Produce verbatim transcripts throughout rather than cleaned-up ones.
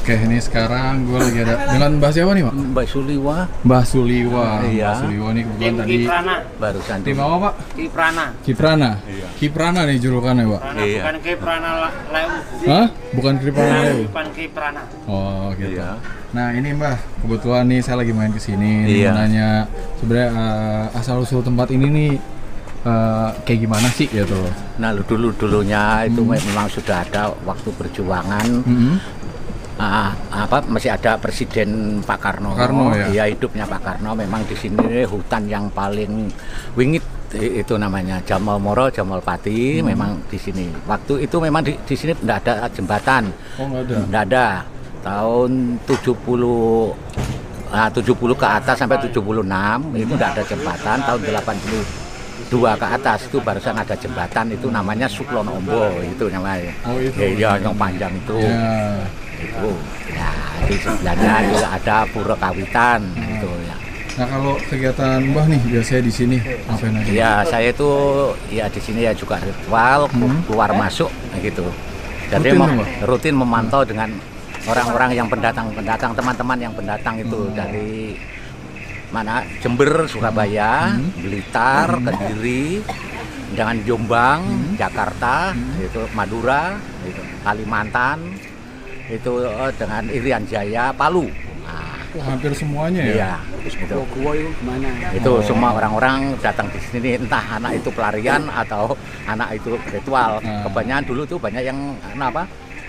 Oke, ini sekarang gue lagi ada dengan Mbah siapa nih, Pak? Mbak Suliwa. Mbah Suliwa. Iya. Mbah Suliwa nih kebetulan tadi. Kiprana. Barusan Tim apa, Pak? Kiprana. Kiprana. Iya. Kiprana nih julukannya, Pak. Prana, Iya. bukan Kiprana Leu. Hah? Bukan Kiprana Nah, Leu? bukan Kiprana. Oh, gitu. Iya. Nah, ini Mbah, kebetulan nih saya lagi main ke sini Iya. nanya sebenarnya uh, asal usul tempat ini nih uh, kayak gimana sih gitu. Nah, dulu dulunya itu Hmm. memang sudah ada waktu perjuangan. Mm-hmm. Ah, apa masih ada Presiden Pak Karno. Pak Karno, ya? Iya, hidupnya Pak Karno memang di sini hutan yang paling wingit i- itu namanya Jamal Moro, Jamal Pati. Hmm. Memang di sini. Waktu itu memang di, di sini tidak ada jembatan. Oh, nggak ada. Tidak ada. Tahun tujuh puluh ah, tujuh puluh ke atas sampai tujuh puluh enam itu tidak ada jembatan. Tahun delapan puluh dua ke atas itu barusan ada jembatan, itu namanya Suklono Ombo, itu namanya. Oh, itu. Iya, yang panjang itu. Ya. Itu. Ya, di sebelahnya juga ada Pura Kawitan gitu ya. Nah, kalau kegiatan Mbah nih biasanya di sini ngapain aja? Ya, saya itu ya di sini ya juga ritual Hmm. keluar masuk gitu. Jadi Rutin, mem- Mbak? rutin memantau dengan orang-orang yang pendatang-pendatang, teman-teman yang pendatang itu Hmm. dari mana Jember, Surabaya, Hmm. Blitar, Kediri, dengan Jombang, Hmm. Jakarta, itu Madura, itu Kalimantan, itu eh, dengan Irian Jaya, Palu. Nah, Oh, hampir semuanya ya? iya, itu. Gua itu gimana? Itu Oh. semua orang-orang datang di sini, entah anak itu pelarian atau anak itu ritual. Nah. Kebanyakan dulu tuh banyak yang apa?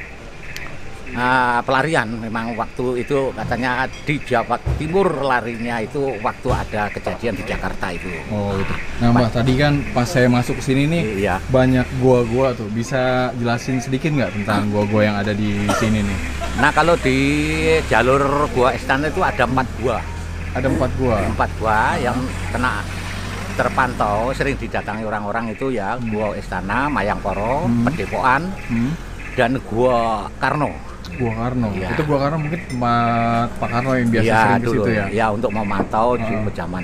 Ah, pelarian. Memang waktu itu katanya di Jawa Timur larinya itu waktu ada kejadian di Jakarta itu. Oh, gitu. Nah, Mbah, tadi kan pas saya masuk ke sini nih Iya. banyak gua-gua tuh. Bisa jelasin sedikit nggak tentang gua-gua yang ada di sini nih? Nah, kalau di jalur Gua Istana itu ada empat gua. Ada empat gua. Empat gua yang kena terpantau sering didatangi orang-orang itu ya, Gua Istana, Mayangkoro, Hmm. Pedepokan, Hmm? dan Gua Karno. Gua Karno. Iya. Itu Gua Karno mungkin tempat Pak Karno yang biasa Ya, sering ke dulu situ ya. ya untuk memantau di Ah. zaman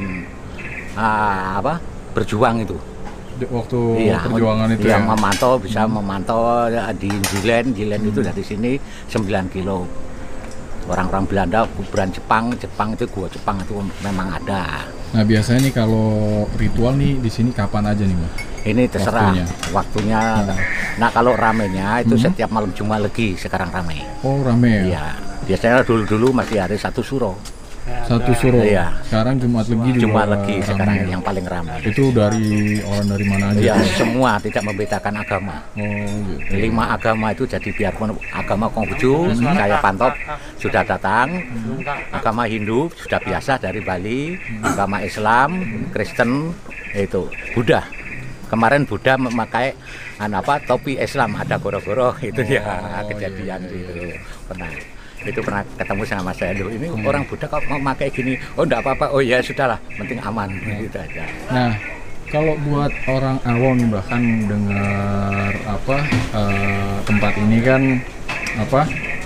ah, apa berjuang itu. Di- Waktu Iya, perjuangan itu yang ya. memantau bisa memantau ya, di Jilen, Jilen itu dari sini sembilan kilo. Orang-orang Belanda, kuburan Jepang, Jepang itu gua Jepang itu memang ada. Nah, biasanya nih kalau ritual nih di sini kapan aja nih, Mbah? Ini terserah Waktunya. waktunya. Nah. Nah, kalau ramenya itu Hmm. setiap malam Jumat Legi, sekarang ramai. Oh, rame ya? Iya, biasanya dulu-dulu masih hari satu suro. Satu suro. Iya. Sekarang Jumat Legi juga Jumat Legi rame sekarang ya? yang paling ramai. Itu dari orang dari mana aja? Ya, tuh? semua tidak membedakan agama. Oh, gitu. Lima agama itu jadi biarpun agama Konghucu, saya pantau sudah datang. Agama Hindu sudah biasa dari Bali, agama Islam, Kristen, itu Buddha. Kemarin Buddha memakai an apa topi Islam, ada goro-goro itu Oh, ya iya, kejadian iya, iya. itu pernah. Itu pernah ketemu sama saya dulu. Ini orang Buddha kok mau pakai gini? Oh, enggak apa-apa. Oh ya sudahlah, penting aman gitu aja. Nah, kalau buat orang awam nih, bahkan dengar apa eh, tempat ini kan apa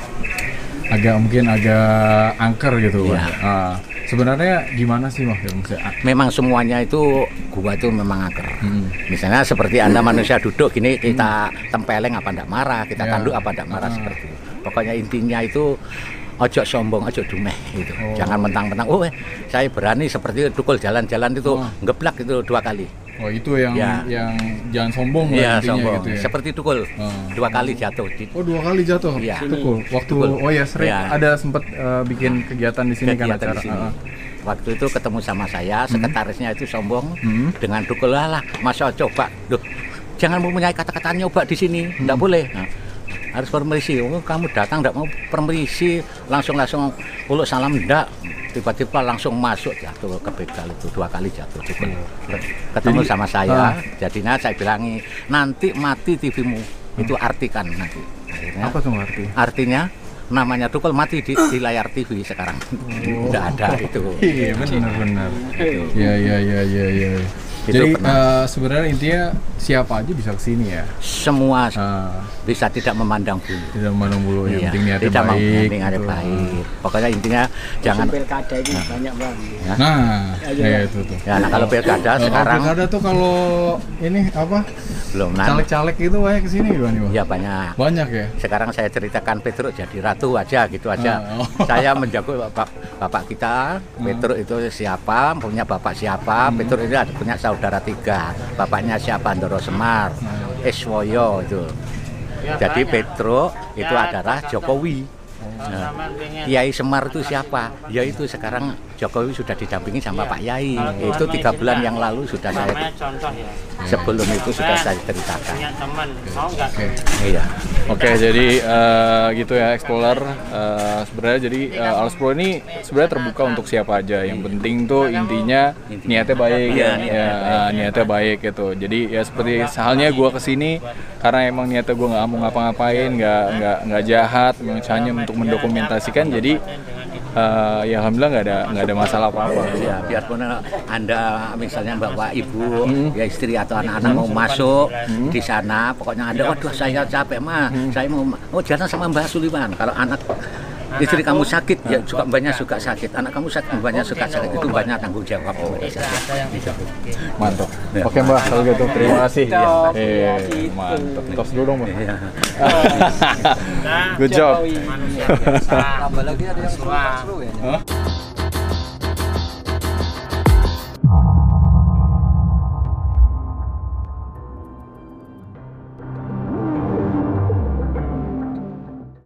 agak mungkin agak angker gitu, Iya. Mbah. Ah, sebenarnya gimana sih, Mbah? Ya, maksudnya, ah, Memang semuanya itu gua itu memang angker. hmm. Misalnya seperti Anda manusia duduk gini, kita tempeleng apa ndak marah, kita Ya. tanduk apa ndak marah, Ah. seperti itu. Pokoknya intinya itu ojo sombong, ojo dumeh gitu. Oh. Jangan mentang-mentang, oh eh, saya berani seperti dukul jalan-jalan itu Oh. ngeblak itu dua kali. Oh, itu yang Ya. yang jangan sombong lah Iya, intinya sombong. gitu ya. Seperti dukul, Oh. dua kali jatuh. Di, Oh, dua kali jatuh. Iya. Tukul. Waktu Tukul. oh ya sering Iya. ada sempat eh, bikin kegiatan di sini kan kegiatan acara. di sini. Ah. Waktu itu ketemu sama saya, sekretarisnya itu sombong Hmm. dengan dukul, lah, masa coba, duh, jangan mempunyai kata-kata nyoba di sini, nggak Hmm. boleh. Nah, harus permisi. Oh, kamu datang nggak mau permisi, langsung langsung uluk salam ndak, tiba-tiba langsung masuk jatuh ke begal itu dua kali jatuh. Dukul. Ketemu Jadi, sama saya, ah. jadinya saya bilangi nanti mati T V-mu, itu artikan nanti. Akhirnya, Apa tuh arti? artinya namanya dukul mati di, di layar T V sekarang. Tidak ada itu. Iya, benar benar. Iya, iya, iya, iya, iya. Itu Jadi pernah. eh, sebenarnya intinya siapa aja bisa kesini ya. Semua Eh, bisa tidak memandang bulu. tidak memandang bulu, yang Iya, penting niatnya tidak mau baik. niatnya gitu. baik. Pokoknya intinya jangan. pilkada ini banyak banget. Nah, ya itu tuh. Ya, nah kalau pilkada Kalau sekarang pilkada tuh kalau ini apa? belum nan. Caleg-caleg itu kayak kesini gimana nih, Bang? Ya banyak. Banyak ya. Sekarang saya ceritakan Petruk jadi ratu aja gitu aja. Ah, oh. Saya menjago bapak, bapak kita, Petruk itu siapa, punya bapak siapa, Hmm. Petruk ini ada punya saudara tiga. Bapaknya siapa? Ndoro Semar, Hmm. Eswoyo itu. Jadi Petruk itu adalah Jokowi. Nah, Kiai Semar itu siapa? Ya itu sekarang Jokowi sudah didampingi sama Pak Yai. Itu tiga bulan yang lalu sudah saya Contoh ya. sebelum itu sudah saya ceritakan. Punya teman, mau nggak? Oke. Iya. Oke, jadi eh, gitu ya Explorer. Eh, sebenarnya jadi eh, Alspro ini sebenarnya terbuka untuk siapa aja. Yang penting tuh intinya niatnya baik Iya, ya, niatnya ya eh, niatnya baik gitu. Jadi ya seperti halnya gue kesini karena emang niatnya gue nggak mau ngapa-ngapain, nggak nggak nggak jahat, memang hanya untuk mendokumentasikan. Jadi eh, ya alhamdulillah nggak ada nggak ada masalah apa-apa. Ya, biarpun Anda misalnya bawa ibu, Hmm. ya istri atau anak-anak mau masuk di sana, pokoknya Anda, waduh saya capek mah, Hmm. saya mau, oh jalan sama Mbah Suliman. Kalau anak istri kamu sakit, ya juga banyak suka sakit. Anak kamu sakit, banyak suka sakit. Itu banyak tanggung jawab. Gitu. Mantap. Ya. Oke Mbak, kalau gitu terima kasih. Top. Eh, mantap. Tos dulu dong Mbak. Iya. Good job. Manusia biasa. Tambah lagi ada yang Surah. seru ya. Hah?